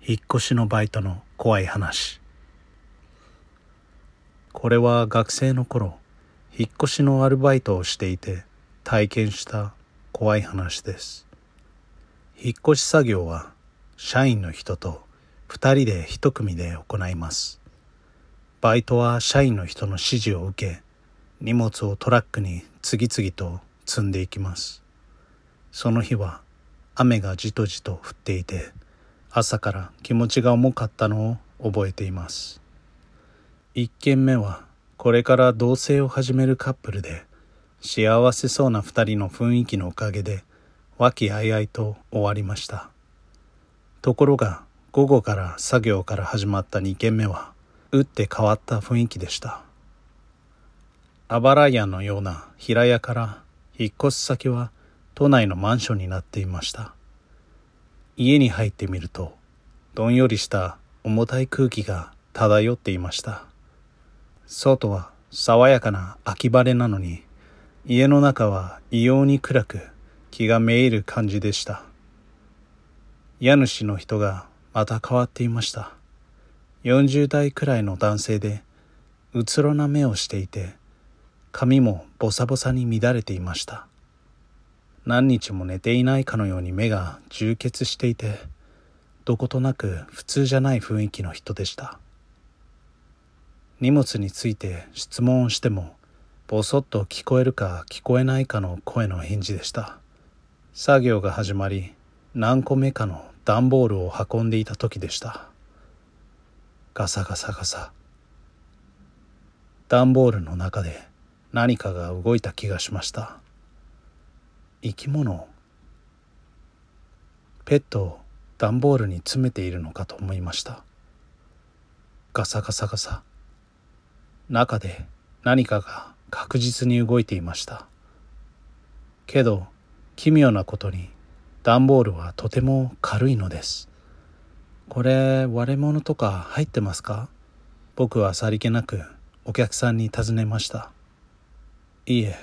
引っ越しのバイトの怖い話。これは学生の頃、引っ越しのアルバイトをしていて体験した怖い話です。引っ越し作業は社員の人と2人で1組で行います。バイトは社員の人の指示を受け、荷物をトラックに次々と積んでいきます。その日は雨がじとじと降っていて、朝から気持ちが重かったのを覚えています。1軒目はこれから同棲を始めるカップルで、幸せそうな2人の雰囲気のおかげで和気あいあいと終わりました。ところが午後から作業から始まった2軒目は打って変わった雰囲気でした。あばら屋のような平屋から引っ越し先は都内のマンションになっていました。家に入ってみると、どんよりした重たい空気が漂っていました。外は爽やかな秋晴れなのに、家の中は異様に暗く気がめいる感じでした。家主の人がまた変わっていました。40代くらいの男性で、うつろな目をしていて、髪もボサボサに乱れていました。何日も寝ていないかのように目が充血していて、どことなく普通じゃない雰囲気の人でした。荷物について質問をしても、ぼそっと聞こえるか聞こえないかの声の返事でした。作業が始まり、何個目かの段ボールを運んでいた時でした。ガサガサガサ。段ボールの中で何かが動いた気がしました。生き物、ペットを段ボールに詰めているのかと思いました。ガサガサガサ。中で何かが確実に動いていました。けど奇妙なことに段ボールはとても軽いのです。これ割れ物とか入ってますか？僕はさりげなくお客さんに尋ねました。いいえ。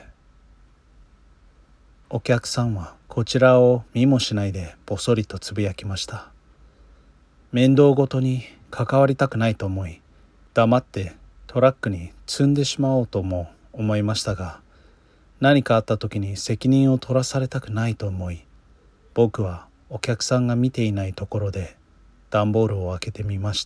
お客さんはこちらを見もしないでぼそりとつぶやきました。面倒ごとに関わりたくないと思い、黙ってトラックに積んでしまおうとも思いましたが、何かあった時に責任を取らされたくないと思い、僕はお客さんが見ていないところで段ボールを開けてみました。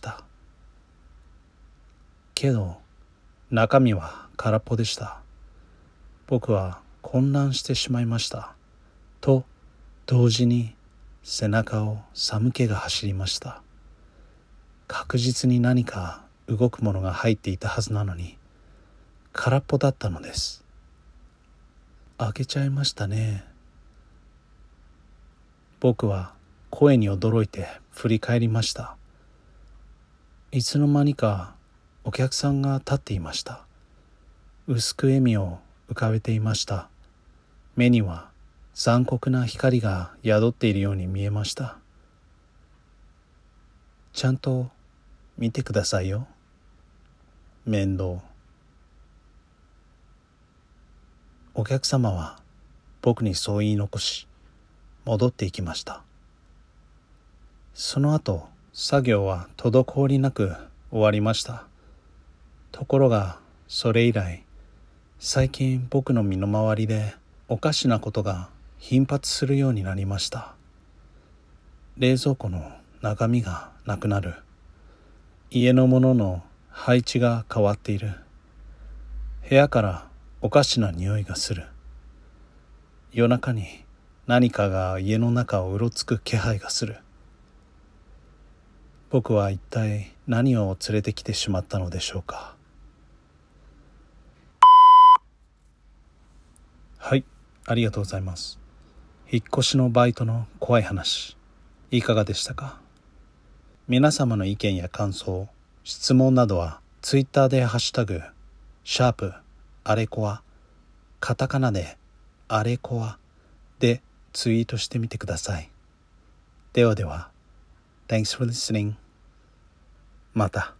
けど中身は空っぽでした。僕は混乱してしまいました。と同時に背中を寒気が走りました。確実に何か動くものが入っていたはずなのに、空っぽだったのです。開けちゃいましたね。僕は声に驚いて振り返りました。いつの間にかお客さんが立っていました。薄く笑みを浮かべていました。目には残酷な光が宿っているように見えました。ちゃんと見てくださいよ。面倒。お客様は僕にそう言い残し、戻っていきました。その後、作業は滞りなく終わりました。ところが、それ以来、最近僕の身の回りでおかしなことが頻発するようになりました。冷蔵庫の中身がなくなる。家のものの配置が変わっている。部屋からおかしな匂いがする。夜中に何かが家の中をうろつく気配がする。僕は一体何を連れてきてしまったのでしょうか。はい、ありがとうございます。引っ越しのバイトの怖い話、いかがでしたか？皆様の意見や感想、質問などはツイッターでハッシュタグ#あれこわ、カタカナであれこわでツイートしてみてください。ではでは、Thanks for listening. また。